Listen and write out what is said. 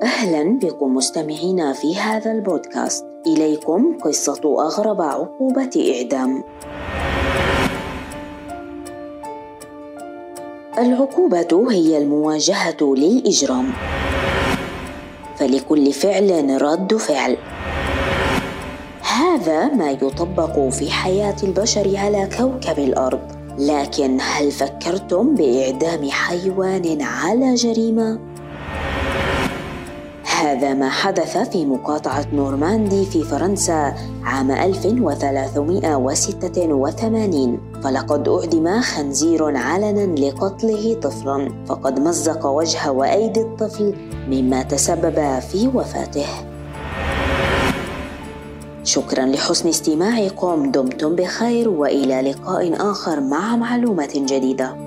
أهلا بكم مستمعينا في هذا البودكاست. إليكم قصة أغرب عقوبة إعدام. العقوبة هي المواجهة للإجرام، فلكل فعل رد فعل. هذا ما يطبق في حياة البشر على كوكب الأرض، لكن هل فكرتم بإعدام حيوان على جريمة؟ هذا ما حدث في مقاطعة نورماندي في فرنسا عام 1386، فلقد أعدم خنزير علنا لقتله طفلا، فقد مزق وجه وأيدي الطفل مما تسبب في وفاته. شكرا لحسن استماعكم، دمتم بخير وإلى لقاء آخر مع معلومة جديدة.